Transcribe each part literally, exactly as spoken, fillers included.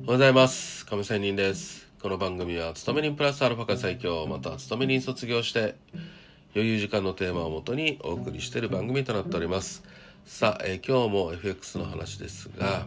おはようございます。亀仙人です。この番組は勤め人プラスアルファ化最強、また勤め人卒業して余裕時間のテーマをもとにお送りしている番組となっております。さあ、えー、今日も エフエックス の話ですが、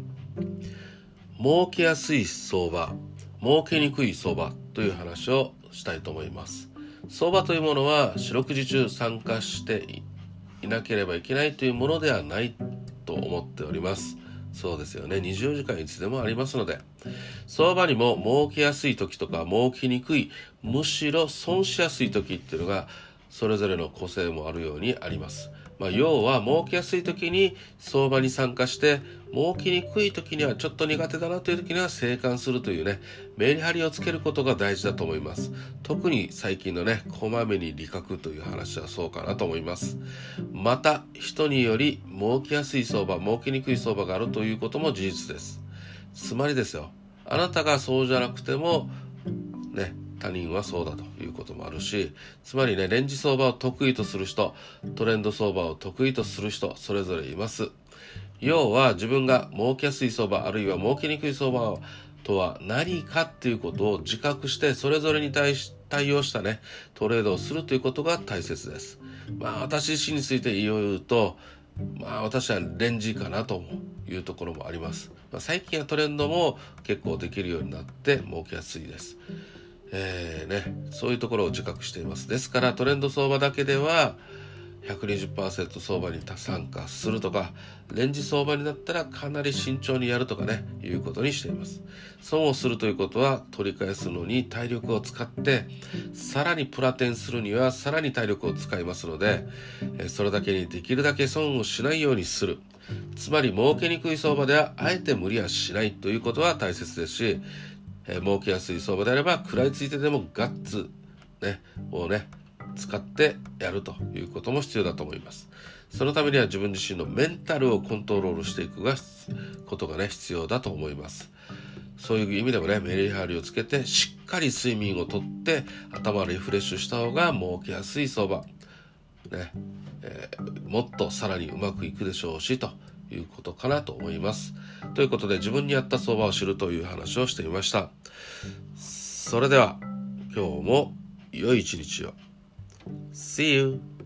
儲けやすい相場、儲けにくい相場という話をしたいと思います。相場というものは四六時中参加していなければいけないというものではないと思っております。そうですよね。にじゅうよじかんいつでもありますので、相場にも儲けやすい時とか儲けにくい、むしろ損しやすい時っていうのがそれぞれの個性もあるようにあります。まあ、要は儲けやすい時に相場に参加して、儲けにくい時にはちょっと苦手だなという時には静観するというね、メリハリをつけることが大事だと思います。特に最近のね、こまめに利確という話はそうかなと思います。また、人により儲けやすい相場、儲けにくい相場があるということも事実です。つまりですよ、あなたがそうじゃなくてもね、他人はそうだということもあるし、つまりね、レンジ相場を得意とする人、トレンド相場を得意とする人、それぞれいます。要は自分が儲けやすい相場、あるいは儲けにくい相場とは何かっていうことを自覚して、それぞれに対し対応したね、トレードをするということが大切です。まあ私自身について言うと、まあ私はレンジかなというところもあります。まあ、最近はトレンドも結構できるようになって儲けやすいです。えーね、そういうところを自覚しています。ですからトレンド相場だけでは ひゃくにじゅっパーセント 相場に参加するとか、レンジ相場になったらかなり慎重にやるとかね、いうことにしています。損をするということは取り返すのに体力を使って、さらにプラテンするにはさらに体力を使いますので、それだけにできるだけ損をしないようにする。つまり儲けにくい相場ではあえて無理はしないということは大切ですし、えー、儲けやすい相場であれば食らいついてでもガッツ、ね、をね使ってやるということも必要だと思います。そのためには自分自身のメンタルをコントロールしていくがことがね必要だと思います。そういう意味でもね、メリハリをつけてしっかり睡眠をとって頭をリフレッシュした方が儲けやすい相場ね、えー、もっとさらにうまくいくでしょうしということかなと思います。ということで、自分に合った相場を知るという話をしてみました。それでは今日も良い一日を。See you!